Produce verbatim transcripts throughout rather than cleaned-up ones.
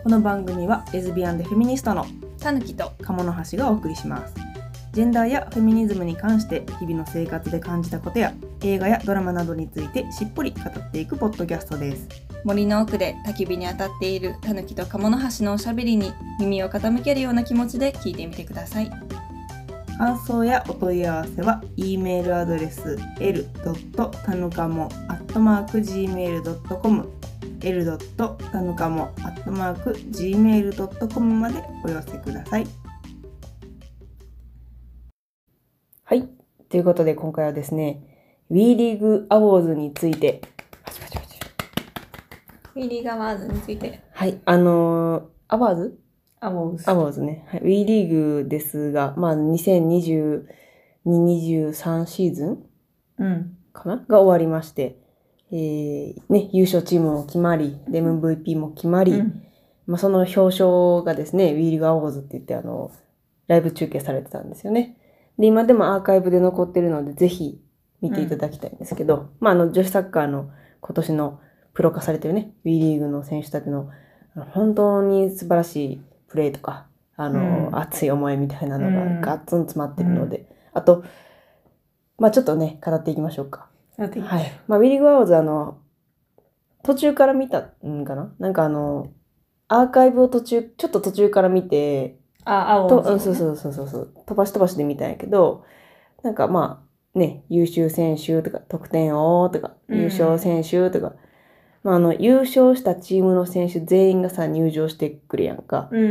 この番組はレズビアンでフェミニストのたぬきと鴨の橋がお送りします。ジェンダーやフェミニズムに関して日々の生活で感じたことや映画やドラマなどについてしっぽり語っていくポッドキャストです。 森の奥で焚き火に当たっているたぬきと鴨の橋のおしゃべりに耳を傾けるような気持ちで聞いてみてください。 感想やお問い合わせは E メールアドレス エル たぬかも アットマーク ジーメール ドットコム エル たぬかも アットマーク ジーメール ドットコム までお寄せください。はい、ということで今回はですね WE リーグアワーズについてパチパチパチ WE リーグアワーズについてはいあのー、アワーズアワーズアワーズね、はい、WE リーグですが、まあ、にせんにじゅうに、にじゅうさんシーズン、うん、かなが終わりまして、えーね、優勝チームも決まり、で エムブイピー も決まり、うんまあ、その表彰がですね WE リーグアワーズって言ってあのライブ中継されてたんですよね。で今でもアーカイブで残ってるのでぜひ見ていただきたいんですけど、うんまあ、あの女子サッカーの今年のプロ化されてるね WE リーグの選手たちの本当に素晴らしいプレーとかあの、うん、熱い思いみたいなのがガッツン詰まってるので、うん、あとまあちょっとね語っていきましょうか。 はい。 まあ WE リーグアワーズあの途中から見たんかななんかあのアーカイブを途中ちょっと途中から見てああ、 と、うん、そうそうそうそうそう飛ばし飛ばしで見たんやけどなんかまあね優秀選手とか得点王とか優勝選手とか、うんまあ、あの優勝したチームの選手全員がさ入場してくるやんか、うん、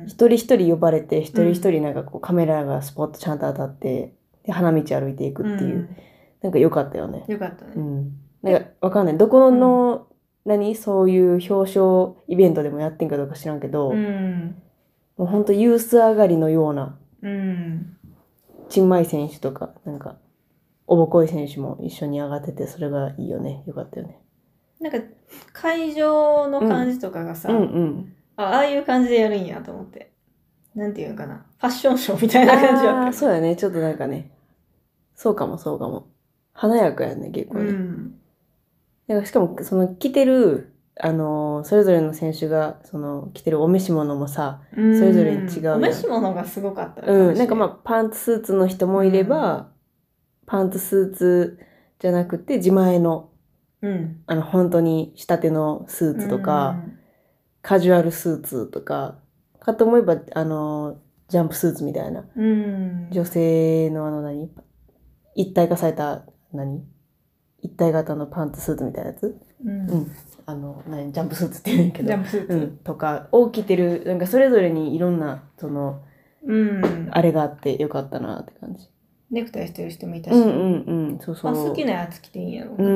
一人一人呼ばれて一人一人なんかこうカメラがスポットちゃんと当たってで花道歩いていくっていう、うん、なんか良かったよね。 良かったね。 うん、なんかわかんないどこの、うん、何そういう表彰イベントでもやってんかどうか知らんけど、うん、もうほんとユース上がりのような、うん、ちんまい選手とかなんかおぼこい選手も一緒に上がっててそれがいいよね。良かったよね。 なんか会場の感じとかがさ、うんうんうん、あ, ああいう感じでやるんやと思って。なんていうのかな。ファッションショーみたいな感じだった。 あそうやね。ちょっとなんかね。そうかもそうかも。華やかやね、結構ね。うん、だからしかも、その着てる、あのー、それぞれの選手が、その着てるお召し物もさ、それぞれに違うやん。 お召し物がすごかった。 うん。なんかまあ、パンツスーツの人もいれば、うん、パンツスーツじゃなくて自前の、うん、あの本当に仕立てのスーツとか、うん、カジュアルスーツとかかと思えばあのジャンプスーツみたいな、うん、女性のあの何一体化された何一体型のパンツスーツみたいなやつ、うんうん、あの何ジャンプスーツって言うんだけどジャンプスーツ、うん、 とかを着てるなんかそれぞれにいろんなその、うん、あれがあってよかったなって感じ。 ネクタイしてる人もいたし、 うんうんうん、そうそう。 好きなやつ着ていいんやろうな。うん、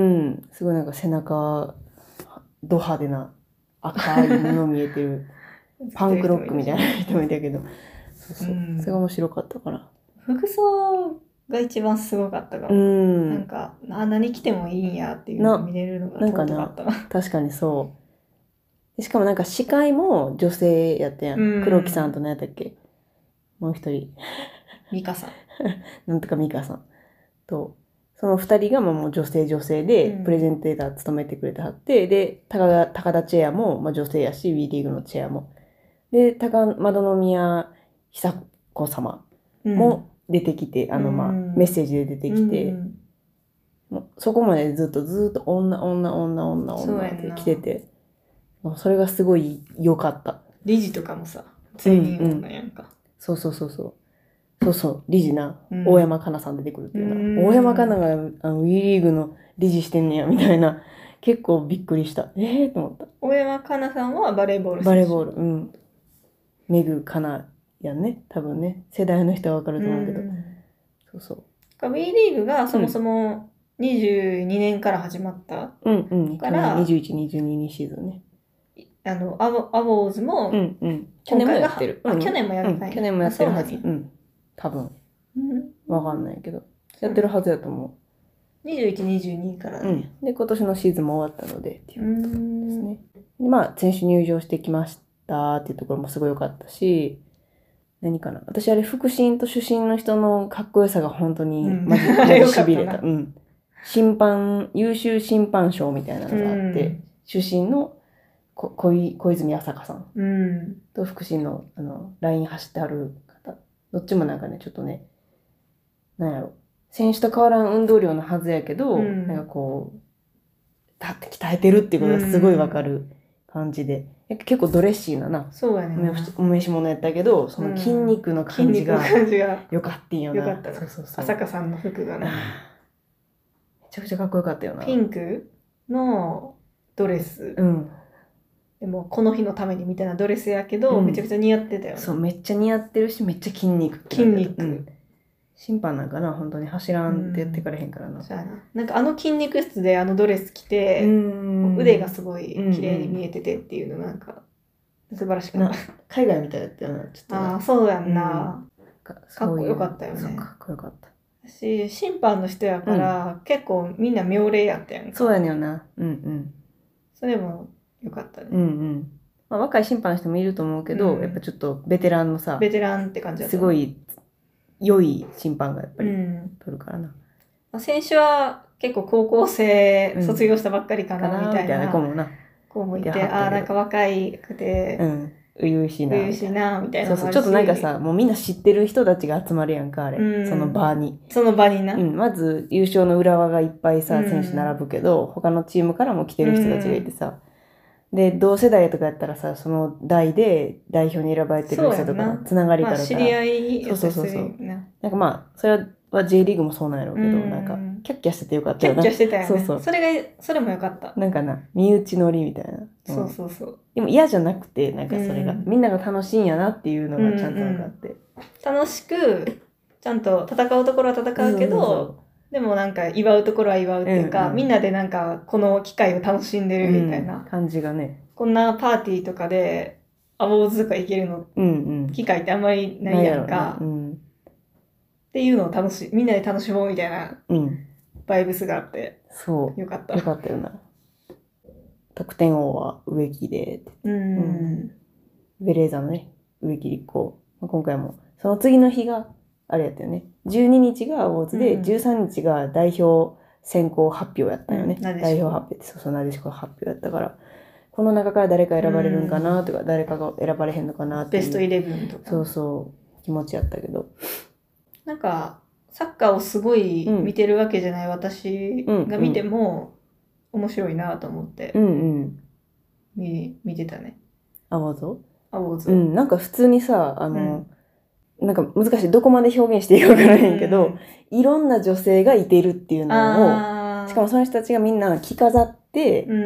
すごいなんか背中ド派手な赤い布見えてるパンクロックみたいな人もいたけど、そうそう、うん、それが面白かったから。 服装が一番すごかったから、うん、なんかあ何着てもいいんやっていうのを見れるのが尊かったな。 確かにそう。しかもなんか司会も女性やったやん。うん、黒木さんと何やったっけ？もう一人。 ミカさん。 なんとかミカさんと。その二人がもう女性女性でプレゼンテーター務めてくれてはって、うん、で高田、高田チェアも、まあ、女性やし WE リーグのチェアもで高円宮久子様も出てきて、うん、あのまあ、うん、メッセージで出てきて、うん、もうそこまでずっとずっと女女女女女って来ててそれがすごい良かった。 理事とかもさ全員女やんか、うんうん、 そうそうそうそうそうそう、理事な、うん、大山かなさん出てくるっていうな。大山かながあの WE リーグの理事してんねや、みたいな。結構びっくりした。ええー、と思った。 大山かなさんはバレーボール選手。 バレーボール、うん。メグかなやんね、多分ね。世代の人はわかると思うけど。うそうそう。 WE リーグがそもそもにじゅうにねんから始まった。 うんうん。から、にじゅういち、にじゅうにシーズンね。 あの、アボ、アボーズも、 うんうん。去年もやってる。 あ、去年もやるかい、うん、去年もやってるはず。うん。多分。わかんないけど。やってるはずやと思う。にじゅういち、にじゅうにからね、 うん。で、今年のシーズンも終わったので、っていうことですね。で、まあ、選手入場してきましたっていうところもすごい良かったし、何かな。私あれ、副審と主審の人のかっこよさが本当に、マジで痺れた。うん。審判、優秀審判賞みたいなのがあって、うん、主審のこ小い小泉朝香さん、 うん、 と福祉のあのライン走ってある方、どっちもなんかねちょっとね、なんやろ、選手と変わらん運動量のはずやけど、うん、なんかこう立って鍛えてるっていうことがすごいわかる感じで、うん、結構ドレッシーなな、 そうやね、 お召し物やったけど、その筋肉の感じがよかったんよな。 よかった。そうそうそう。朝香さんの服がね、めちゃくちゃかっこよかったよな。 ピンクのドレス。うん。でもこの日のためにみたいなドレスやけど、うん、めちゃくちゃ似合ってたよね。 そう、めっちゃ似合ってるし、めっちゃ筋肉。 筋肉。うん、 審判なんかな、本当に走らんってやってからへんからな。 うん、そうやな。なんかあの筋肉質であのドレス着て、腕がすごい綺麗に見えててっていうのなんか素晴らしかった。 海外みたいだったよな、ちょっと。 ああ、そうやんな、うん。かっこよかったよね。そう、 かっこよかった。 私、審判の人やから、うん、結構みんな妙齢やったやんか。 そうやねんよな。うんうん。 それもよかったね。 うんうん。まあ、若い審判の人もいると思うけど、うん、やっぱちょっとベテランのさ、 ベテランって感じだった。 すごい良い審判がやっぱり取るからな。 うん、選手は結構高校生卒業したばっかりかな、うん、みたいな子もな。子もいて、ああ、なんか若いくて、 うん。初々しいな。 初々しいな、みたいな。 そうそう、ちょっとなんかさ、もうみんな知ってる人たちが集まるやんか、あれ。うん、その場に。 その場にな。 うん、まず優勝の浦和がいっぱいさ、選手並ぶけど、うん、他のチームからも来てる人たちがいてさ、うん、で、同世代とかやったらさ、その代で代表に選ばれてる人とかつながりからから。まあ、 知り合いそうそうそうそう。なんかまあ、それは J リーグもそうなんやろうけど、うん、なんか、キャッキャしててよかったよな。 キャッキャしてたよね。 そうそう。 それが、それもよかった。 なんかな、身内乗りみたいな。 うん、そうそうそう。 でも嫌じゃなくて、なんかそれが、うん、みんなが楽しいんやなっていうのがちゃんと分かって。うんうん、楽しく、ちゃんと戦うところは戦うけど、そうそうそう、でもなんか祝うところは祝うっていうか、うんうん、みんなでなんかこの機会を楽しんでるみたいな、 うん、感じがね。 こんなパーティーとかでアウォーズとか行けるの、うんうん、機会ってあんまりないやんか、うん、っていうのを楽しみんなで楽しもうみたいなバイブスがあって、 そうよかった。 よかったよな。得点王は植木で、うん、うん、ベレーザのね、植木立候補。今回も、その次の日が、あれやったよね。じゅうににちがアウォーズで、うん、じゅうさんにちが代表選考発表やったよね。うん、代表発表って、そうそう、なでしこ発表やったから、この中から誰か選ばれるんかなとか、うん、誰かが選ばれへんのかなっていう。 ベストイレブンとか。 そうそう、気持ちやったけど。 なんか、サッカーをすごい見てるわけじゃない、うん、私が見ても面白いなと思って、うんうん、見, 見てたね。 アウォーズアウォーズ。 うん、なんか普通にさ、あの、うん、なんか難しい、どこまで表現していいかわからへんけど、うん、いろんな女性がいてるっていうのを、しかもその人たちがみんな着飾って、うん、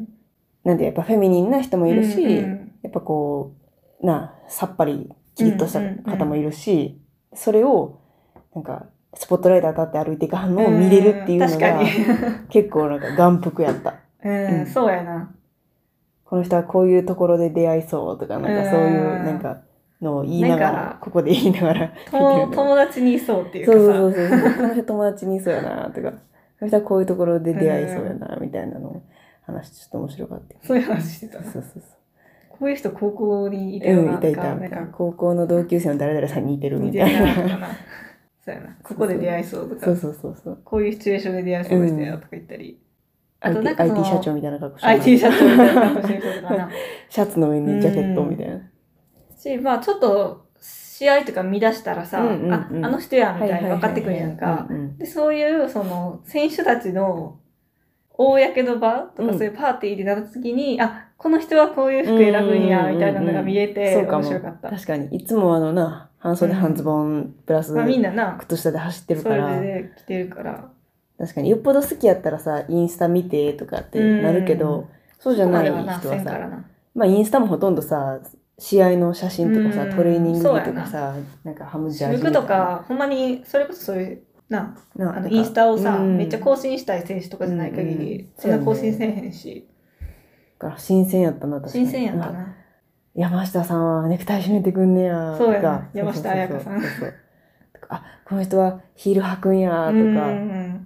なんでやっぱフェミニンな人もいるし、うんうん、やっぱこう、な、さっぱりキリッとした方もいるし、うんうんうん、それを、なんか、スポットライト当たって歩いていかんのを見れるっていうのが、結構なんか眼福やった。 うん、うん、そうやな。 この人はこういうところで出会いそうとか、なんかそういう、なんか、のを言いながら、ここで言いながら友達にいそうっていうかさ。 そうそうそうそう。この人友達にいそうやなとか、この人はこういうところで出会いそうやなみたいなのを話してちょっと面白かった。 そういう話してた。 そうそうそう。 こういう人高校にいたよなとか、うん、いたいたなんか高校の同級生の誰々さんに似てるみたいな。 そうやな。ここで出会いそうとか。 そうそうそうそう。 こういうシチュエーションで出会いそうでしたよとか言ったり。 あとなんか アイティー 社長みたいな格好してる。 アイティー 社長みたいな格好してる人とかな。 シャツの上にジャケットみたいな。 し、まあちょっと試合とか見出したらさ、うんうんうん、あ、あの人やみたいに分かってくるやんか。で、そういうその選手たちの公の場とかそういうパーティーでなった時に、うん、あ、この人はこういう服選ぶんや、みたいなのが見えて、うんうんうん、面白かった。 確かに。いつもあのな、半袖半ズボンプラス、 まあ、みんなな、 靴下で走ってるから。 それで着てるから。 確かに。よっぽど好きやったらさ、インスタ見てとかってなるけど、うん、そうじゃない人はさ、まあインスタもほとんどさ、試合の写真とかさ、うん、トレーニング着とかさ、なんかハムジャージ服とか、ほんまに、それこそそういう、な、なあのインスタをさ、うん、めっちゃ更新したい選手とかじゃない限り、うん、そんな更新せえへんし。 だから新鮮やったな、確かに。 新鮮やったな。 山下さんはネクタイ締めてくんねや、とか。 そうやな、山下彩香さん。そうそうそうあ、この人はヒール履くんや、とか。うんうん、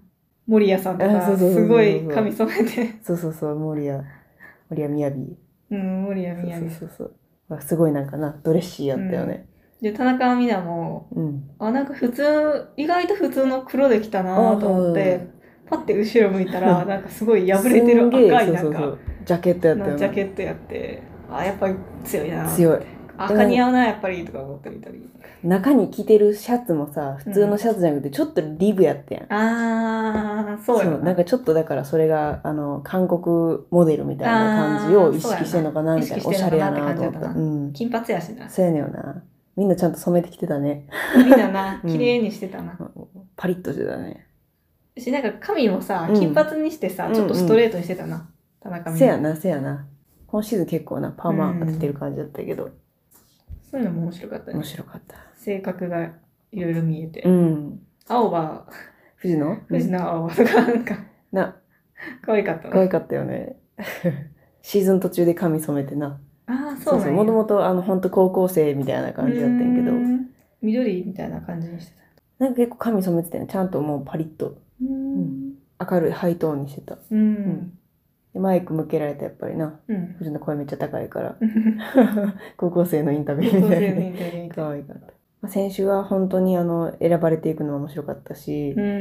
森谷さんとか、すごい髪染めて。 そうそうそう、森谷、森谷みやび。 うん、森谷みやび。 そうそうそうそう。すごいなんかな、ドレッシーやったよね。 うん、で、田中美奈も、うん、あ、なんか普通、意外と普通の黒で来たなと思って、パッて後ろ向いたら、なんかすごい破れてる赤いなんか、 ジャケットやったよね。ジャケットやって、あ、やっぱり強いな。 強い。 赤似合うな、やっぱりとか思ってみたり。 中に着てるシャツもさ、普通のシャツじゃなくて、ちょっとリブやったやん。 うん、あー、そうやな。 そう、なんかちょっとだからそれが、あの、韓国モデルみたいな感じを意識してんのかな、みたいな。おしゃれやなと思った。うん。 金髪やしな。 そうやねんよな。みんなちゃんと染めてきてたね。 みんなな、綺麗にしてたな。 うん、パリッとしてたね。 し、なんか髪もさ、金髪にしてさ、うん、ちょっとストレートにしてたな。田中みせやな、せやな。今シーズン結構な、パーマ当ててる感じだったけど。うん、 そういうのも面白かったね。 面白かった。 性格がいろいろ見えて。 うん。 青葉。 藤野藤野青葉とか、なんか。 な。 可愛かったな。 可愛かったよね。シーズン途中で髪染めてな。 ああ、そうなんや。 もともと、あの、ほんと高校生みたいな感じだったんやけど。 緑みたいな感じにしてた。なんか結構髪染めてたよね。ちゃんともうパリッと。うん、明るいハイトーンにしてた。うん。うん、でマイク向けられたやっぱりな。うん。藤野声めっちゃ高いから。高校生のインタビューみたいな。可愛かった。先週は本当にあの選ばれていくのは面白かったし、うん、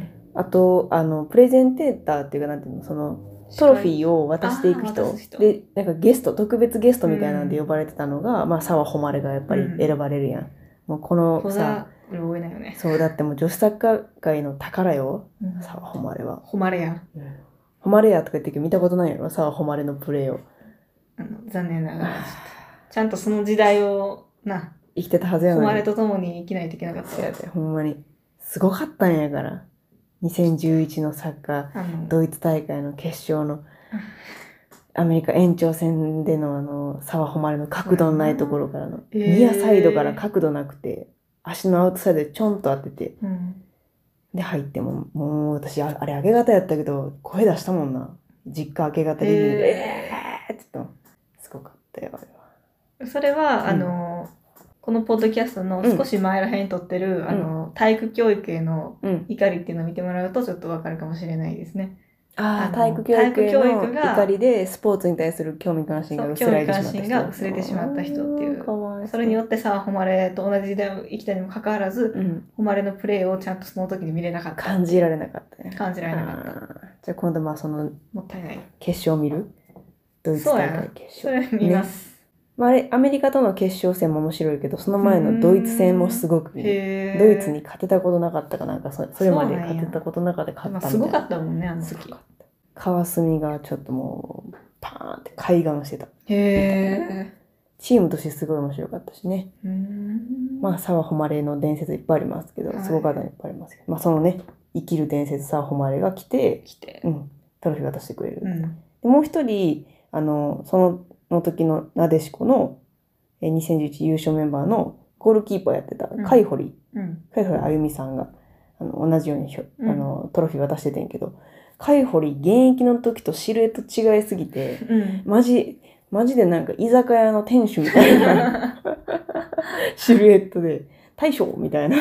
あとあのプレゼンテーターっていうかなんていうのそのトロフィーを渡していく 人, 人でなんかゲスト特別ゲストみたいなんで呼ばれてたのが、うん、まあ澤穂希がやっぱり選ばれるやん、うん、もうこのさ、 多いなよね、 そうだってもう女子サッカー界の宝よ、澤穂希は誉れや、 うん、誉れやとか言ってるけど見たことないやろ澤穂希のプレーを。 あの残念ながらちゃんとその時代をな生きてたはずやのに。誉れとともに生きないといけなかった。 やで、ほんまに。すごかったんやから。にせんじゅういちのサッカー、ドイツ大会の決勝の、アメリカ延長戦でのあの、澤穂希の角度のないところからの、えー、ニアサイドから角度なくて、足のアウトサイドでちょんと当てて、うん、で入っても、もう私、あれ明け方やったけど、声出したもんな。実家明け方リビングで、えーって言ったの。すごかったよ、あれは。それは、うん、あの、このポッドキャストの少し前らへんに撮ってる、うん、あの、体育教育への怒りっていうのを見てもらうとちょっとわかるかもしれないですね。 ああ、体育教育への怒りでスポーツに対する興味関心が薄れてしまった人。 興味関心が薄れてしまった人っていう。いそれによってさ、誉れと同じ時代を生きたにもかかわらず、うん、誉れのプレーをちゃんとその時に見れなかった。 感じられなかったね。 感じられなかった。 じゃあ今度まあその、 もったいない。 決勝を見るドイツ大会決勝。それ見ます。ね、 まあ、あれアメリカとの決勝戦も面白いけどその前のドイツ戦もすごくいい。ドイツに勝てたことなかったかなんかそれまで勝てたことなかった勝ったみたいな。 すごかったもんねあの時。 川澄がちょっともうパーンって開眼してた。 へー。 チームとしてすごい面白かったしね。まあ澤穂希の伝説いっぱいありますけど、はい、すごかったのいっぱいありますけど、まあそのね生きる伝説澤穂希が来て来て、 うん、トロフィー渡してくれる。 うん、 でもう一人あのそのの時のなでしこのにせんじゅういち優勝メンバーのゴールキーパーやってた海堀、海堀あゆみさんがあの同じように、うん、あのトロフィー渡しててんけど、海堀現役の時とシルエット違いすぎて、うん、マジマジでなんか居酒屋の店主みたいなシルエットで大将みたいな、うん、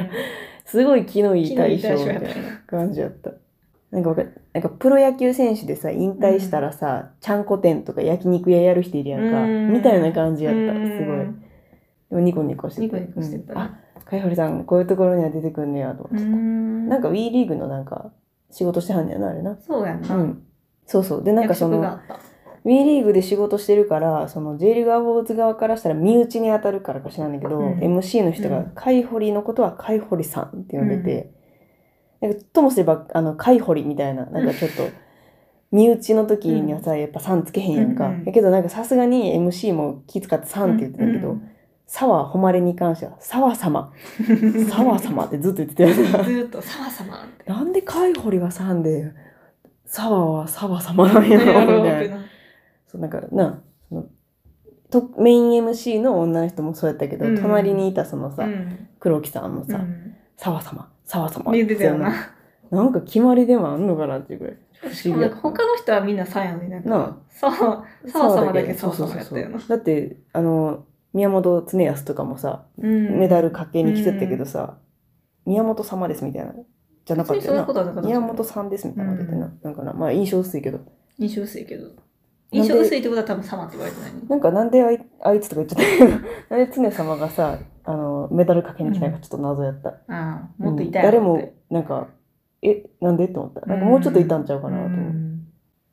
すごい気のいい大将みたいな感じやった。なんか、なんかプロ野球選手でさ、引退したらさ、うん、ちゃんこ店とか焼肉屋やる人いるやんか、みたいな感じやった。すごい。でもニコニコしてて。 ニコニコしてた、ね。 あ、海堀さん、こういうところには出てくんねやと思ってた。なんか WE リーグのなんか仕事してはんねやな、あれな。 そうやんな。 うん。そうそう。で、なんかその、WE リーグで仕事してるから、その J リーグアウォーズ側からしたら身内に当たるからか知らんねんけど、うん、エムシー の人が海堀のことは海堀さんって呼んでて、うんなんかともすればあの海堀みたいななんかちょっと身内の時にはさやっぱさんつけへんやんか、うん、だけどなんかさすがに エムシー も気遣ってさんって言ってたけど、澤穂希に関しては澤様澤様ってずっと言ってたよねずっと澤様ってなんで海堀がさんで澤は澤様なんやろみたいなそうなんかなそのとメイン エムシー の女の人もそうやったけど、うん、隣にいたそのさ、うん、黒木さんもさ澤、うん、様沢様見えてたよな。 なんか決まりでもあんのかなっていうぐらい。 不思議やった。他の人はみんなさやねん。なんか。沢様だけ沢様やったよな。 だって、あの、宮本恒康とかもさ、うん、メダルかけに来てたけどさ、うん、宮本様ですみたいな。じゃなかったよな。宮本さんですみたいなこと言ってな。うん、なんかな、まあ印象薄いけど。 印象薄いけど。印象薄いってことは多分様って言われてない、ね、 なんかなんであ い, あいつとか言っちゃったけど、なんで常様がさ、あのメダルかけに来ないかちょっと謎やった。うん、 ああ、もっといたい、うん、誰もなんかえなんでって思った。なんかもうちょっといたんちゃうかなと思う。うん、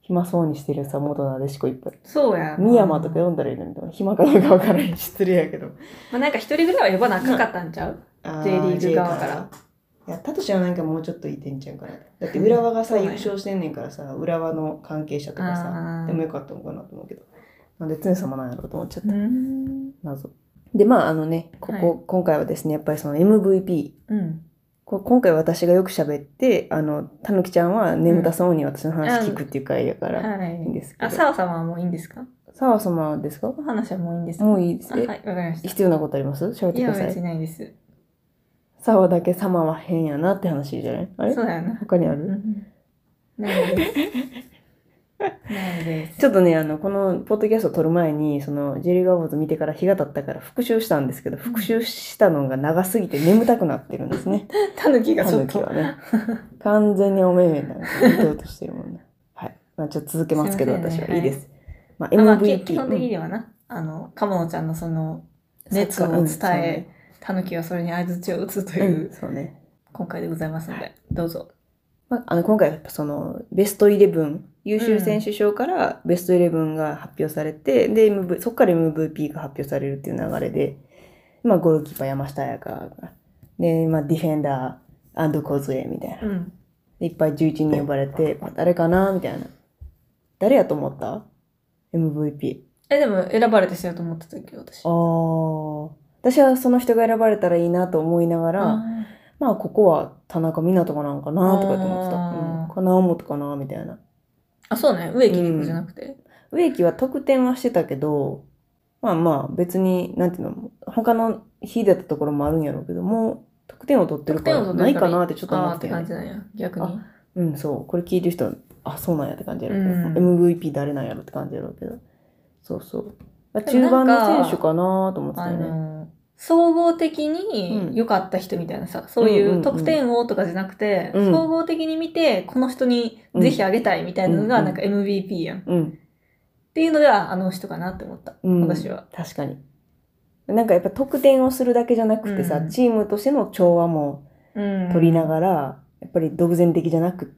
暇そうにしてるさ、元なでしこいっぱい。 そうや。 深山とか読んだらいいのに、暇かどうかわからへん。失礼やけど。 まあなんか一人ぐらいは呼ばなあかんかったんちゃう、うん、?J リーグ側から。 いや、たとしはなんかもうちょっといてんちゃうかな。だって浦和がさ、優勝してんねんからさ、浦和の関係者とかさ、でもよかったのかなと思うけど。なんで、つね様なんやろうと思っちゃった。謎。で、まあ、あのね、ここ、はい、今回はですね、やっぱりその エムブイピー。うん、こ今回私がよく喋って、あの、たぬきちゃんは眠たそうに私の話聞くっていう回やから、いいんですけど。 あ、澤様はもういいんですか？ 澤様ですか？ お話はもういいんですか？ もういいです。 はい、わかりました。 必要なことあります？喋ってください。 いや、別にないです。 沢だけ様は変やなって話じゃない？あれ？ そうやな。 他にある？うん、 ないです。ないです。 ちょっとね、あの、このポッドキャストを撮る前に、その、ジェリーガーボーズ見てから日が経ったから復習したんですけど、復習したのが長すぎて眠たくなってるんですね。 タヌキがちょっと。 タヌキはね。完全におめめなんか見とうとしてるもんね。はい。まあ、ちょっと続けますけど、私はいいです。まあ、エムブイピー。 基本的にはな、あの、鴨野ちゃんのその、熱を伝え、タヌキはそれに相槌を打つという、 そうね。 今回でございますので、どうぞ。 まあ、あの今回はそのベストイレブン、優秀選手賞からベストイレブンが発表されて、うん、で、エムブイ、そこから エムブイピー が発表されるっていう流れで、まあ、ゴールキーパー山下彩香が、で、まあ、ディフェンダー、アンドコズエみたいな。うん、いっぱいじゅういちにん呼ばれて、まあ、誰かなみたいな。誰やと思った ?エムブイピー。え、でも選ばれてしようと思ってたけど、私。 ああ。私はその人が選ばれたらいいなと思いながら、まあ、ここは田中湊斗なんかなとかって思ってた。うん。金本かなみたいな。 あ、そうね。植木に行くじゃなくて。 うん、植木は得点はしてたけど、まあまあ、別に、なんていうの、他の日だったところもあるんやろうけども、得点を取ってるからないかなってちょっと思って、 ね。あーって感じなんや。逆に。 うん、そう。これ聞いてる人は、あ、そうなんやって感じやろうけど、うん、エムブイピー 誰なんやろって感じやろうけど。そうそう。中盤の選手かなと思ってたよね。あのー総合的に良かった人みたいなさ、うん、そういう得点王とかじゃなくて、うん、総合的に見て、この人にぜひあげたいみたいなのが、なんか エムブイピー やん。うん、っていうのでは、あの人かなって思った、うん、私は。 確かに。なんかやっぱ得点をするだけじゃなくてさ、うん、チームとしての調和も取りながら、やっぱり独善的じゃなくって、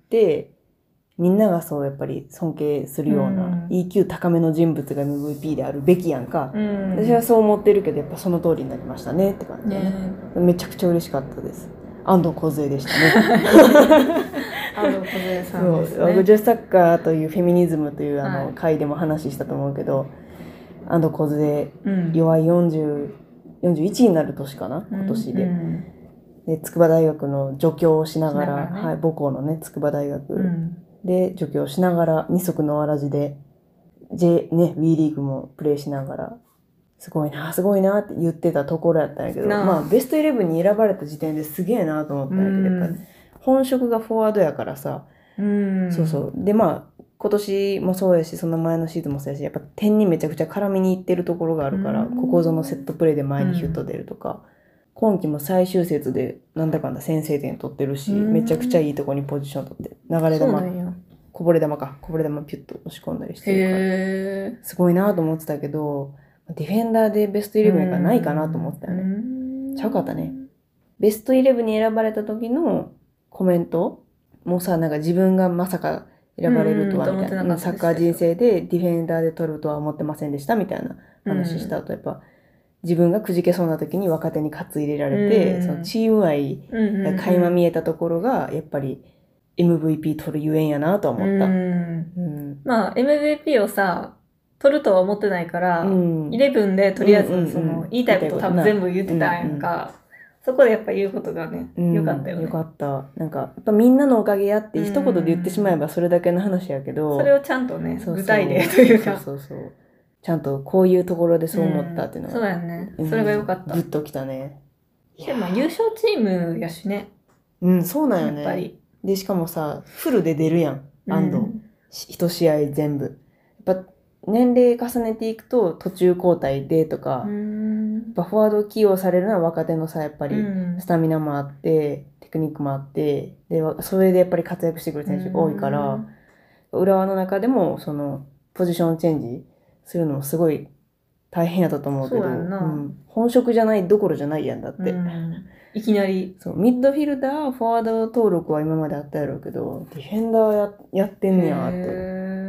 みんながそうやっぱり尊敬するような、うん、イーキュー 高めの人物が エムブイピー であるべきやんか、うん、私はそう思ってるけどやっぱその通りになりましたねって感じで、ね、めちゃくちゃ嬉しかったです。安藤梢でしたね。 安藤梢さんですね。 女子サッカーというフェミニズムというあの、はい、回でも話したと思うけど、安藤梢、うん、弱いよんじゅう、よんじゅういちになる年かな、今年で。うんうんで筑波大学の助教をしながら、ね、はい、母校のね、筑波大学で助教をしながら、二足のわらじで、J、ね、WE リーグもプレイしながら、すごいな、すごいなって言ってたところやったんやけど、まあ、ベストイレブンに選ばれた時点ですげえなと思ったんやけど、やっぱり本職がフォワードやからさ、うんそうそう。で、まあ、今年もそうやし、その前のシーズンもそうやし、やっぱ点にめちゃくちゃ絡みにいってるところがあるから、ここぞのセットプレーで前にヒュッと出るとか、今季も最終節でなんだかんだ先制点取ってるし、めちゃくちゃいいとこにポジション取って、流れ球、こぼれ球か、こぼれ球ピュッと押し込んだりしてるから、すごいなと思ってたけど、ディフェンダーでベストイレブンやからないかなと思ったよね。ちゃうかったね。ベストイレブンに選ばれた時のコメントもさ、なんか自分がまさか選ばれるとはみたいな、サッカー人生でディフェンダーで取るとは思ってませんでしたみたいな話した後、やっぱ、自分がくじけそうな時に若手に担い入れられて、うん、そのチーム愛が垣間見えたところが、やっぱり エムブイピー 取るゆえんやなとは思った。うんうん、まあ エムブイピー をさ、取るとは思ってないから、うん、イレブンでとりあえずその、言いたいこと多分全部言ってたんやんか、うんうん、そこでやっぱ言うことがね、うん、よかったよね。 よかった。なんか、やっぱみんなのおかげやって一言で言ってしまえばそれだけの話やけど、 それをちゃんとね、具体例というか。 そうそうそう。ちゃんとこういうところでそう思ったっていうのが、 うん、そうやね。それが良かった。 グッときたね。 でも優勝チームやしね。 うん、そうなんよね。やっぱり。で、しかもさ、フルで出るやん。安藤。うん、一試合全部。やっぱ年齢重ねていくと途中交代でとか、うん、やっぱフォワード起用されるのは若手のさ、やっぱりスタミナもあって、テクニックもあって、で、それでやっぱり活躍してくる選手が多いから、うん、浦和の中でもそのポジションチェンジ、するのもすごい大変やったと思うけど、うん、本職じゃないどころじゃないやんだって、うん、 いきなり。 そう、ミッドフィルダー、フォワード登録は今まであったやろうけど、ディフェンダー や, やってんねやって。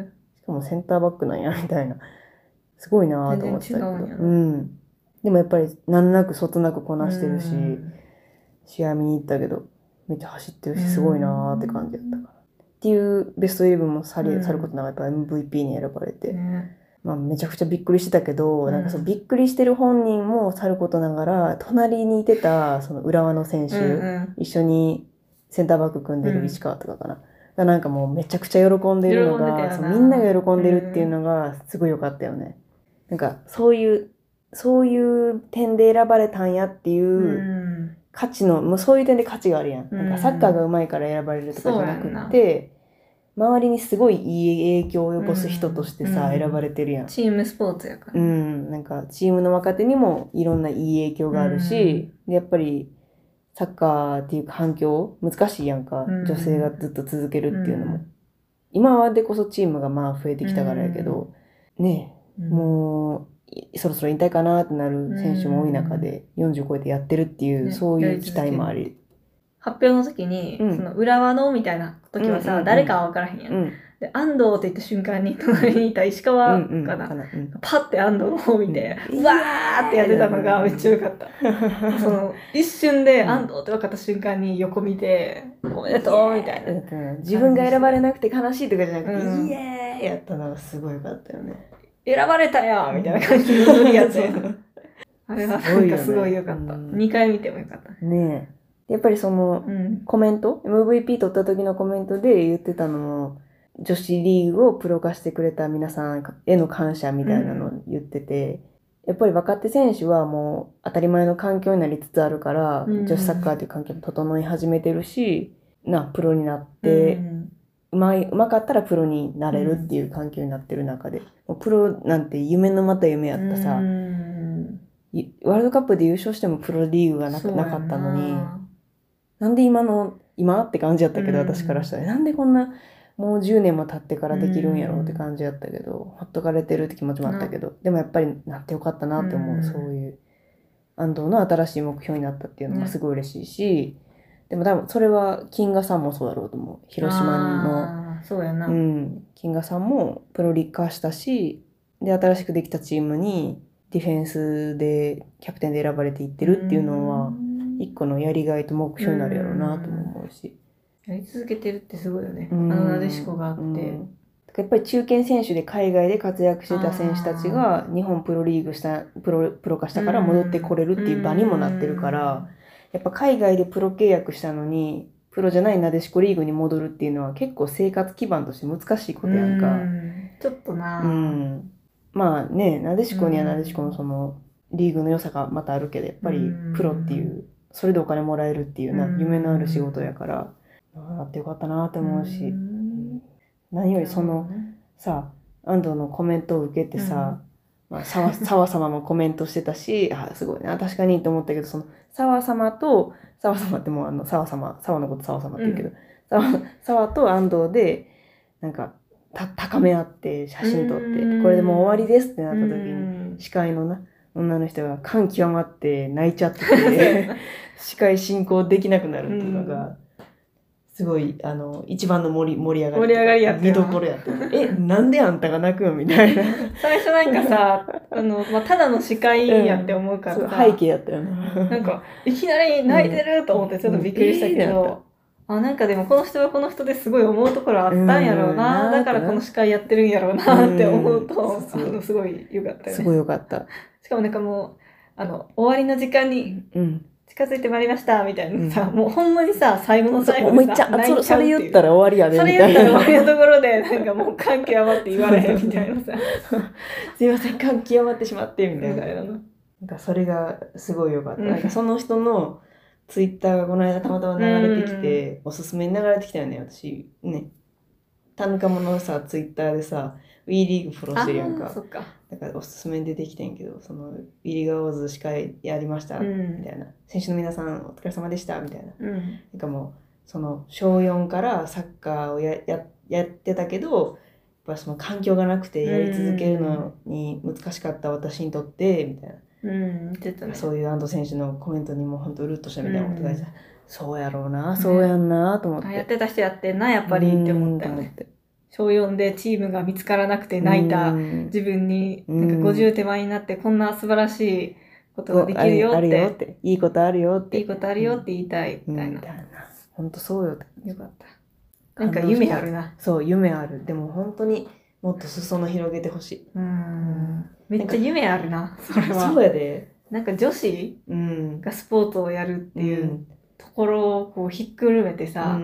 しかもセンターバックなんや、みたいな。すごいなぁと思ってたけど。うん。でもやっぱり、なんなく外なくこなしてるし、試合見に行ったけど、めっちゃ走ってるし、すごいなぁって感じだったから。っていうベストイレブンもさる、さることながらやっぱ エムブイピー に選ばれて。ね、まあ、めちゃくちゃびっくりしてたけど、うん、なんかそうびっくりしてる本人もさることながら、隣にいてたその浦和の選手、うんうん、一緒にセンターバック組んでる石川とかかな。うん、なんかもうめちゃくちゃ喜んでるのが、そうみんなが喜んでるっていうのがすごい良かったよね。うん、なんかそういう、そういう点で選ばれたんやっていう価値の、もうそういう点で価値があるやん。うん、なんかサッカーが上手いから選ばれるとかじゃなくって、周りにすごいいい影響を及ぼす人としてさ、うん、選ばれてるやん。 チームスポーツやから。 うん。なんか、チームの若手にもいろんないい影響があるし、うん、でやっぱり、サッカーっていう環境、難しいやんか。うん、女性がずっと続けるっていうのも。うん、今はでこそチームがまあ増えてきたからやけど、うん、ねえ、うん、もう、そろそろ引退かなってなる選手も多い中で、よんじゅう超えてやってるっていう、ね、そういう期待もあり。 発表の時に、うん、その浦和のみたいな時はさ、うんうんうん、誰かは分からへんやん。うん、で、安藤って言った瞬間に隣にいた石川かな。うんうんうん、パッて安藤の方見て、うん、うわーってやってたのがめっちゃ良かった。その一瞬で安藤って分かった瞬間に横見て、おめでとうみたいな。 自分が選ばれなくて悲しいとかじゃなくて、うん、イエーイやったのがすごい良かったよね。 選ばれたやんみたいな感じのノリやつやあれはなんかすごい良かった。うん、にかい見ても良かった。 ねえ。やっぱりその、うん、コメント エムブイピー 取った時のコメントで言ってたのも、女子リーグをプロ化してくれた皆さんへの感謝みたいなのを言ってて、うん、やっぱり若手選手はもう当たり前の環境になりつつあるから、うん、女子サッカーという環境も整い始めてるし、な、プロになって、うん、うまい、うまかったらプロになれるっていう環境になってる中で、もうプロなんて夢のまた夢やったさ、うん、ワールドカップで優勝してもプロリーグが な, なかったのに、なんで今の、今って感じやったけど、うん、私からしたら、なんでこんな、もうじゅうねんも経ってからできるんやろうって感じやったけど、うん、ほっとかれてるって気持ちもあったけど、うん、でもやっぱりなってよかったなって思う、うん、そういう、安藤の新しい目標になったっていうのがすごい嬉しいし、うん、でも多分それは、金賀さんもそうだろうと思う。広島の、そうやな。 うん、金賀さんもプロリーグ化したし、で、新しくできたチームに、ディフェンスでキャプテンで選ばれていってるっていうのは、一個のやりがいと目標になるやろうなとも思うし。 やり続けてるってすごいよね。あのなでしこがあって。 やっぱり中堅選手で海外で活躍してた選手たちが日本プロリーグした、プロ、プロ化したから戻ってこれるっていう場にもなってるから、やっぱ海外でプロ契約したのに、プロじゃないなでしこリーグに戻るっていうのは結構生活基盤として難しいことやんか。 ちょっとなうん。まあね、なでしこにはなでしこのそのリーグの良さがまたあるけど、やっぱりプロっていう、それでお金もらえるっていうな、夢のある仕事やから、あってよかったなって思うし、何よりそのさ、安藤のコメントを受けてさ、まあ、沢様もコメントしてたし、あ、すごいな、確かにと思ったけど、その沢様と、沢様ってもうあの、沢様、沢のこと沢様って言うけど、沢、沢と安藤で、なんか、た高め合って写真撮って、これでもう終わりですってなった時に、司会のな、女の人が感極まって泣いちゃってて、司会進行できなくなるっていうのが、すごい、あの、一番の盛り、盛り上がり。 盛り上がりやった。 見どころやった。え、なんであんたが泣くのみたいな。 最初なんかさ、あの、まあ、ただの司会やって思うからさ、うん、 背景やったよな。 なんか、いきなり泣いてると思ってちょっとびっくりしたけど、うんえーあ、なんかでもこの人はこの人ですごい思うところあったんやろうな、うん、だからこの司会やってるんやろうなって思うと、うん、あのすごい良かったよね。 すごい良かった。 しかもなんかもう、あの、終わりの時間に近づいてまいりましたみたいなさ、うん、もうほんまにさ、最後の最後にさ、 泣いちゃうっていう。それ言ったら終わりやでみたいな。 それ言ったら終わりのところで、なんかもう感極まって言われへんみたいなさ。 すいません、感極まってしまって、みたいな。なんかそれがすごい良かった。なんかその人の、ツイッターがこの間たまたま流れてきて、おすすめに流れてきたよね、私。ね。タヌカモのさ、ツイッターでさ、ウィーリーグフォローしてるやんか。 そっか。 だからおすすめに出てきてんけど、その、ウィーリーガーウォーズ司会やりました、うん、みたいな。選手の皆さんお疲れ様でした、みたいな。うん、なんかもう、その、小よんからサッカーをや、や、やってたけど、やっぱその環境がなくてやり続けるのに難しかった私にとって、みたいな。 うん、言ってたね。 そういう安藤選手のコメントにも本当うるっとしたみたいなこと書いてた、うん、そうやろうな、そうやんなと思って、 ね、やってた人やってんなやっぱりって思ったよね。小よんでチームが見つからなくて泣いた自分に、なんかごじゅう手前になってこんな素晴らしいことができるよって。あるよって。 いいことあるよって。 いいことあるよって言いたいみたいな。 ほんとそうよ。 よかった。なんか夢あるな。 そう、夢ある。でも本当にもっと裾野広げてほしい。 うん。めっちゃ夢あるな、それは。 そうやで。 なんか女子がスポーツをやるっていうところをこうひっくるめてさ、うん、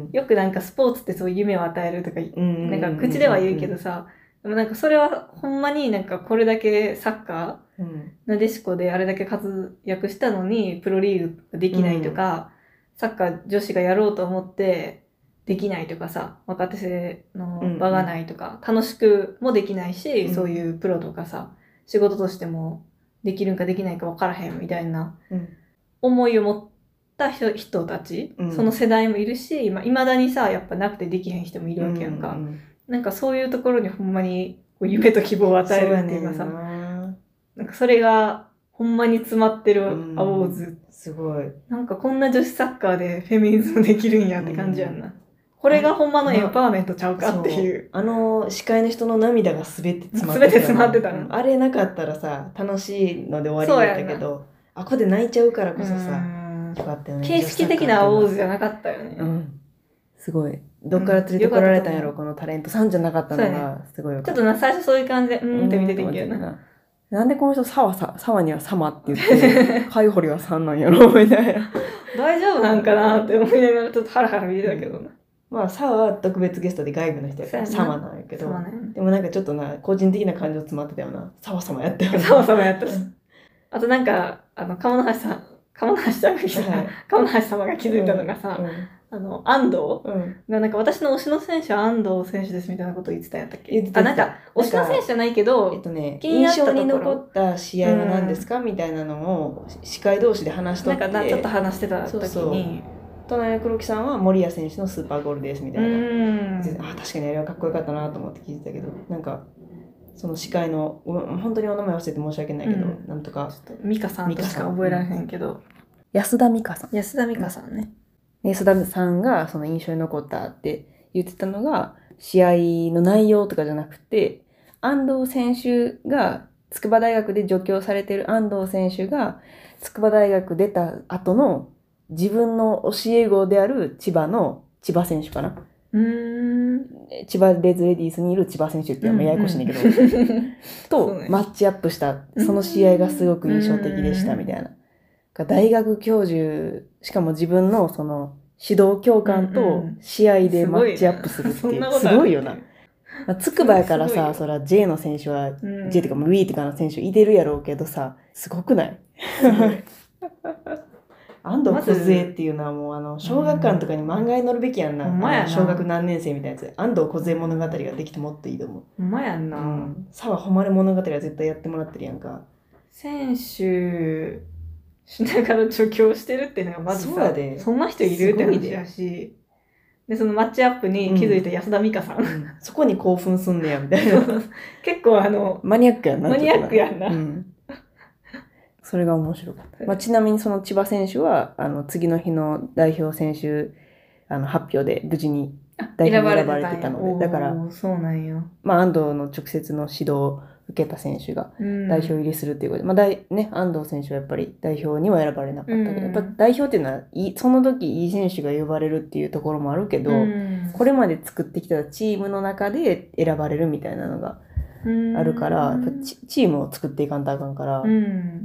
よくなんかスポーツってそういう夢を与えるとか、うん、なんか口では言うけどさ、でもなんかそれはほんまになんかこれだけサッカー、うん、なでしこであれだけ活躍したのにプロリーグができないとか、うん、サッカー女子がやろうと思ってできないとかさ、若手生の場がないとか、うん、楽しくもできないし、うん、そういうプロとかさ、仕事としてもできるんかできないか分からへんみたいな思いを持った人、人たち、うん、その世代もいるし、まあ、未だにさ、やっぱなくてできへん人もいるわけやんか。うんうん、なんかそういうところにほんまにこう夢と希望を与えるっていうかさ、なんかそれがほんまに詰まってるアウォーズ、うん。すごい。なんかこんな女子サッカーでフェミニズムできるんやって感じやんな。うん、これがほんまのエンパワーメントちゃうかっていう。 あの司会の人の涙がすべて詰まってた。すべて詰まってたの。 あれなかったらさ、楽しいので終わりだったけど、あこで泣いちゃうからこそさ、よかったよね。 形式的なアウォーズじゃなかったよね。 うん。すごい。どっから連れてこられたんやろ、うん、このタレントさんじゃなかったのが、すごいよかった。 ちょっとな、最初そういう感じで、うーんって見ててんけどな。 なんでこの人、サワさ、サワにはサマって言って、カイホリはさんなんやろみたいな。 大丈夫なんかなって思いながらちょっとハラハラ見てたけどな。うんまあ、サワは特別ゲストで外部の人やからサマなんやけど、ね、でもなんかちょっとな、個人的な感情詰まってたよな。サワサマやったよな。 サワサマやったし。あとなんか、あの、鴨の橋さん、鴨の橋さんが気づいた、鴨の橋様が気づいたのがさ、うんうん、あの、安藤、うん、がなんか私の推しの選手は安藤選手ですみたいなことを言ってたんやったっけあ、なんか、推しの選手じゃないけど、 えっとね、印象に残った試合は何ですか、うん、みたいなのを、司会同士で話しとって。 なんかちょっと話してた時に、そうそう隣の黒木さんは森谷選手のスーパーゴールですみたいな。あ確かにあれはかっこよかったなと思って聞いてたけど、なんかその司会の本当にお名前忘れて申し訳ないけど、うん、なんとか美香さんとしか覚えられへんけど、 安田美香さん。 安田美香さんね。 安田さんがその印象に残ったって言ってたのが試合の内容とかじゃなくて、安藤選手が筑波大学で助教されている安藤選手が筑波大学出た後の自分の教え子である千葉の千葉選手かな。うーん千葉レッズレディースにいる千葉選手っていうのもややこしいんだけど、うんうん、とマッチアップしたその試合がすごく印象的でしたみたいな。大学教授しかも自分のその指導教官と試合でマッチアップするっていう、すごいよな。まあ、筑波やからさ、そら J の選手は、うん、J とか Wii とかの選手いてるやろうけどさ、すごくない安藤梢っていうのはもうあの小学館とかに漫画に載るべきやんな。うん、な小学何年生みたいなやつ。安藤梢物語ができてもっといいと思う。 ほんまやんな。 うん。沢誉物語は絶対やってもらってるやんか。 選手しながら助教してるっていうのがまずさ、そうやでそんな人いるって話やし。で、そのマッチアップに気づいた安田美香さん。うん、 そこに興奮すんねや、みたいな。 結構あの、 マニアックやんな。 マニアックやんな。 うんそれが面白かった。まあ、ちなみにその千葉選手は、あの、次の日の代表選手、あの、発表で無事に代表に選ばれてたので、だから、 そうなんや。 まあ、安藤の直接の指導を受けた選手が代表入りするっていうことで、うん、まあ、大、ね、安藤選手はやっぱり代表には選ばれなかったけど、うん、やっぱ代表っていうのは、その時いい選手が呼ばれるっていうところもあるけど、うん、これまで作ってきたチームの中で選ばれるみたいなのが、あるから、チームを作っていかんとあかんから、うん、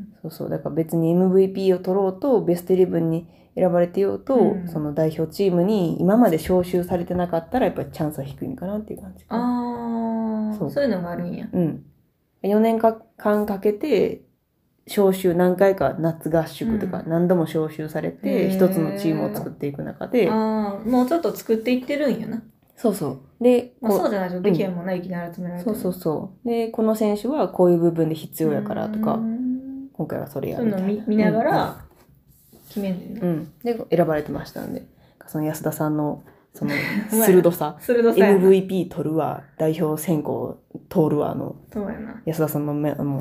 そうそう、だから別に エムブイピー を取ろうと、ベストイレブンに選ばれてようと、うん、その代表チームに今まで招集されてなかったら、やっぱりチャンスは低いんかなっていう感じ。 ああ、そう、そういうのがあるんや。 うん。よねんかんかけて、招集何回か夏合宿とか何度も招集されて、一、うん、つのチームを作っていく中で、 ああ、もうちょっと作っていってるんやな。 そうそう。で、 まあ、そうじゃないとできへんもんな、いきなり集められて。 そうそうそう。で、この選手はこういう部分で必要やからとか、今回はそれやるみたいな。 そういうのを 見, 見ながら決めるんだよね。 うん。で、選ばれてましたんで、その安田さんのその鋭さ、 鋭さエムブイピー 取るわ、代表選考通るわの、安田さんのめもうね、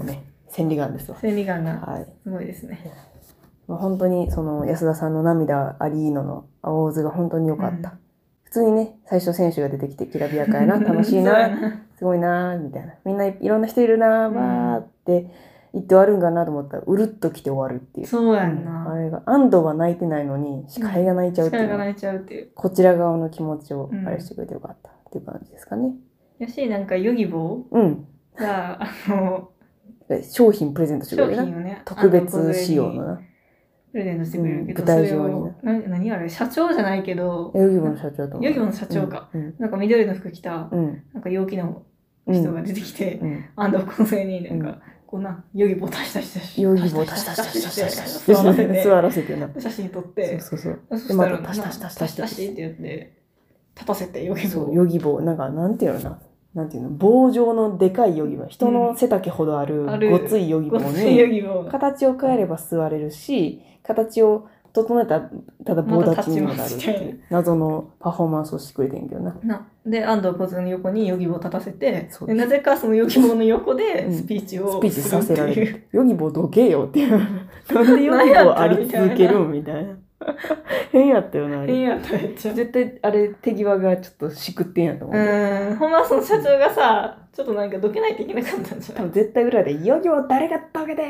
千里眼ですわ。 千里眼が、 はい、 すごいですね。 本当にその安田さんの涙ありのの青図が本当に良かった。うん、普通にね、最初選手が出てきてきらびやかやな、楽しいな、すごいな、みたいな。みんないろんな人いるな、わーって言って終わるんかなと思ったら、うるっと来て終わるっていう。 そうやんな。 うん、あれが、安藤は泣いてないのに、視界が泣いちゃうっていう、うん。 視界が泣いちゃうっていう。 こちら側の気持ちをあれしてくれてよかったっていう感じですかね。 やし、なんか、ヨギボー、うん、が、あの、 商品プレゼントしてくれるな。 商品をね、 特別仕様のな。 プレゼントしてくれるけど、 うん、舞台上にな。な何あれ社長じゃないけど、 ヨギボの社長と思う。 ヨギボの社長か。うんうん、なんか緑の服着た、うん、なんか陽気な人が出てきて、うん、安藤梢生になんか、うん、こんな、ヨギボ足したしたし。 ヨギボ足したしたしたした座らせて。座らせてな。 写真撮って。 そうそうそう。 で、また足した足した足した足したしって言って、立たせて、ヨギボ。 そう、ヨギボ。なんか、なんていうのな。なんていうの、棒状のでかいヨギボ。人の背丈ほどあるごついヨギボに、形を変えれば座れるし、形を整えたらただ棒立ちにもなるっていう謎のパフォーマンスをしてくれてんけどな。 なで、安藤梢の横にヨギボを立たせて、でなぜかそのヨギボの横でスピーチを、 うん、スピーチさせられる。ヨギボどけよっていう。なんでヨギボあり続けるんみたいな。変やったよな、あれ。 変やっためっちゃ。 絶対、あれ、手際がちょっとしくってんやと思う。 うん。ほんまその社長がさ、うん、ちょっとなんかどけないといけなかったんじゃない？ 多分絶対裏で、ヨギボ誰がどけて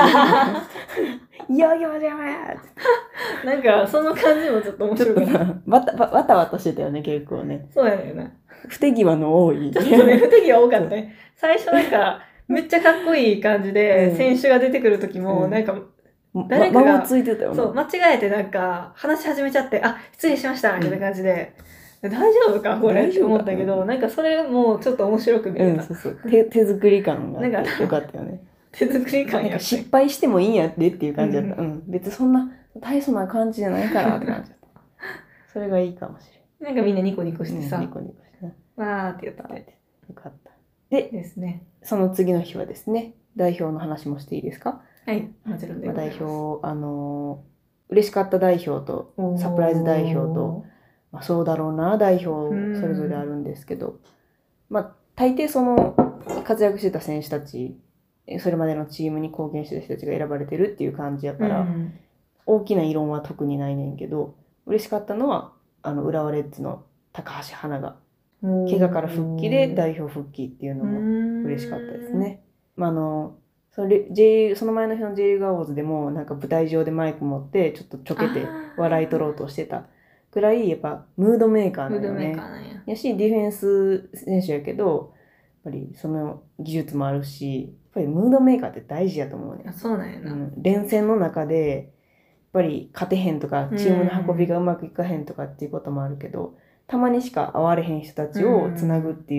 ヨギボじゃまやなんか、その感じもちょっと面白くない？ わた、わたわたしてたよね、結構ね。 そうやねんな。 不手際の多い。 ちょっとね、不手際多かったね。最初なんか、めっちゃかっこいい感じで、うん、選手が出てくる時も、なんか、 誰かが、ついてたよね。 そう、間違えてなんか、話し始めちゃって、あ、失礼しました、みたいな感じで、うん、大丈夫かこれって思ったけど、なんかそれもちょっと面白く見えた。 うん、そうそう。手、手作り感がよかったよね。 手作り感やった。失敗してもいいんやってっていう感じだった。うん。うん、別にそんな大層な感じじゃないからって感じだった。それがいいかもしれない。なんかみんなニコニコしてさ、 うん、ニコニコしてね。 わーって言ってて。 よかった。で、 ですね。 その次の日はですね、代表の話もしていいですか？ はい、もちろんでございます。 代表、あの、嬉しかった代表と、サプライズ代表と、まあ、そうだろうな、代表、それぞれあるんですけど、まあ、大抵その、活躍してた選手たち、それまでのチームに貢献してた人たちが選ばれてるっていう感じやから、うん、大きな異論は特にないねんけど、嬉しかったのは、あの、浦和レッズの高橋はなが、怪我から復帰で代表復帰っていうのも嬉しかったですね。まあ、あの、その, J その前の日の J リーグアウォーズでもなんか舞台上でマイク持ってちょっとちょけて笑い取ろうとしてたくらいやっぱムードメーカーなんよね。や. やしディフェンス選手やけどやっぱりその技術もあるしやっぱりムードメーカーって大事やと思うね。 そうなんやな、 うん、連戦の中でやっぱり勝てへんとかチームの運びがうまくいかへんとかっていうこともあるけどたまにしか会われへん人たちをつなぐっていう、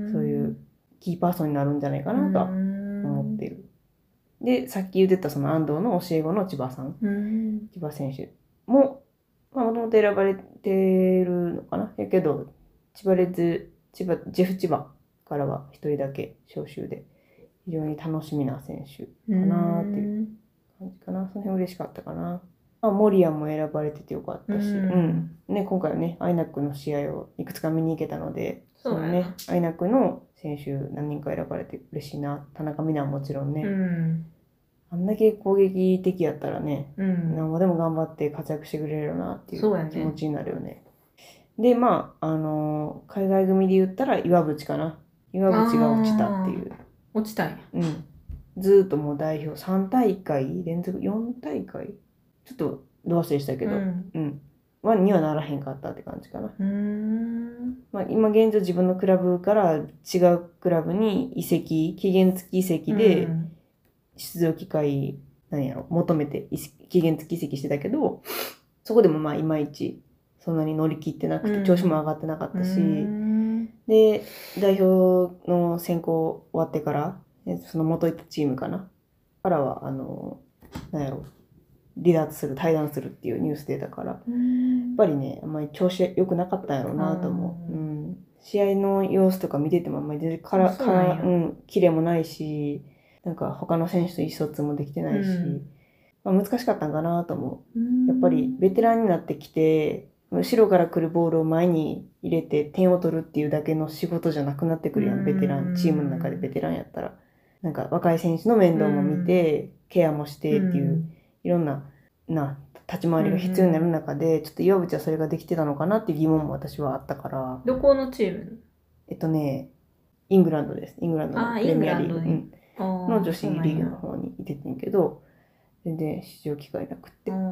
うそういうキーパーソンになるんじゃないかなとは思っている。で、さっき言ってたその安藤の教え子の千葉さん、千葉選手も、まあ、もともと選ばれてるのかなやけど、千葉レッズ、千葉、ジェフ千葉からは一人だけ招集で、非常に楽しみな選手かなっていう感じかな。その辺嬉しかったかな。まあ、モリアンも選ばれててよかったし、うん、ね、今回はね、アイナックの試合をいくつか見に行けたので、 そうだね、アイナックの選手何人か選ばれて嬉しいな。田中美南はもちろんね、うん、あんだけ攻撃的やったらね、うん、何もでも頑張って活躍してくれるなっていう気持ちになるよね。で、まあ、あのー、海外組で言ったら岩渕かな。岩渕が落ちたっていう。 落ちたんや。 うん。ずっともう代表さん大会連続よん大会ちょっとど忘れしたけど、うん、うんはにはならへんかったって感じかな。うーん、まあ、今現状自分のクラブから違うクラブに移籍、期限付き移籍で出場機会なんやろ求めて期限付き移籍してたけど、そこでもまあいまいちそんなに乗り切ってなくて調子も上がってなかったし、うん、で代表の選考終わってからその元いたチームかなからはあのなんやろ離脱する退団するっていうニュース出たから、うん、やっぱりねあんまり調子良くなかったんやろうなと思う、うん、試合の様子とか見ててもあんまり全然からからうんキレもないしなんか他の選手と意思疎通もできてないし、うんまあ、難しかったんかなと思う、うん、やっぱりベテランになってきて後ろから来るボールを前に入れて点を取るっていうだけの仕事じゃなくなってくるやんベテランチームの中でベテランやったらなんか若い選手の面倒も見て、うん、ケアもしてっていう、うん、いろんなな立ち回りが必要になる中で、うん、ちょっと岩渕はそれができてたのかなっていう疑問も私はあったから。 どこのチーム？ えっとねイングランドです。イングランドのプレミアリーグ、うん、の女子リーグの方にいててんけど、全然出場機会なくって、うん、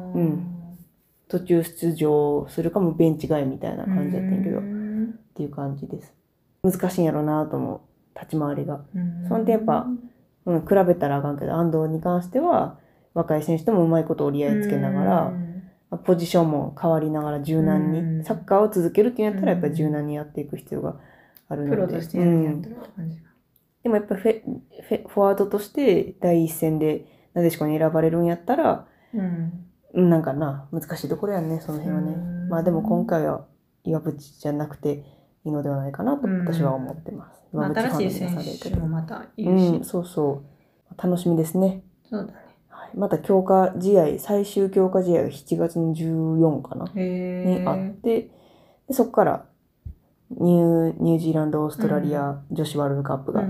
途中出場するかもベンチ外みたいな感じだったんやけど、っていう感じです。難しいんやろうなと思う、立ち回りが。その点やっぱ、うん、比べたらあかんけど、安藤に関しては若い選手ともうまいこと折り合いつけながら、ポジションも変わりながら柔軟に、サッカーを続けるっていうんやったらやっぱり柔軟にやっていく必要があるので。プロとしてやってやってる感じが。でもやっぱフェフェフォワードとして第一線でなでしこに選ばれるんやったら、うん、なんかな難しいところやんね、その辺はね。まあでも今回は岩渕じゃなくていいのではないかなと私は思ってます。 まあ、新しい選手もまたいるし、 うん、そうそう楽しみですね。 そうだね。 はい、また強化試合最終強化試合がしちがつのじゅうよっかかなにあって、でそこからニュー、ニュージーランドオーストラリア女子ワールドカップが、うん、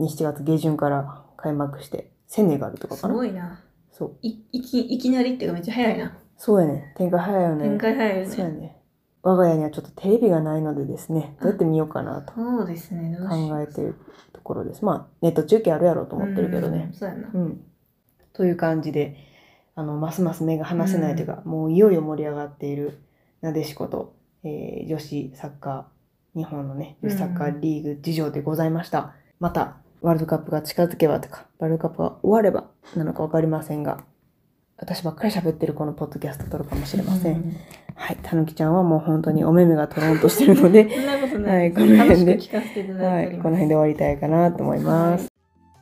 しちがつげじゅんから開幕して、セネガルとかかな。 すごいな。 そう。 い、いき、いきなりっていうかめっちゃ早いな。 そうやね。展開早いよね。 展開早いよね。 そうやね。我が家にはちょっとテレビがないのでですね、どうやって見ようかなとそうですね。 考えてるところです。まあ、ネット中継あるやろうと思ってるけどね。 うん、そうやな。 うん。という感じで、あの、ますます目が離せないというか、うん、もういよいよ盛り上がっているなでしこと、えー、女子サッカー、日本のね、女子サッカーリーグ事情でございました。うん、また、ワールドカップが近づけばとか、ワールドカップが終わればなのかわかりませんが、私ばっかり喋ってるこのポッドキャスト撮るかもしれません。うん、はい。たぬきちゃんはもう本当にお目目がトロンとしてるので、 そんなことない。 はい、この辺で、 楽しく聞かせていただいております。 はい、この辺で終わりたいかなと思います。はい、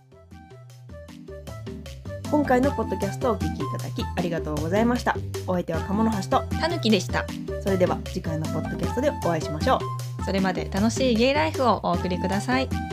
今回のポッドキャストをお聞きいただきありがとうございました。お相手は鴨の橋とたぬきでした。 それでは次回のポッドキャストでお会いしましょう。 それまで楽しいゲイライフをお送りください。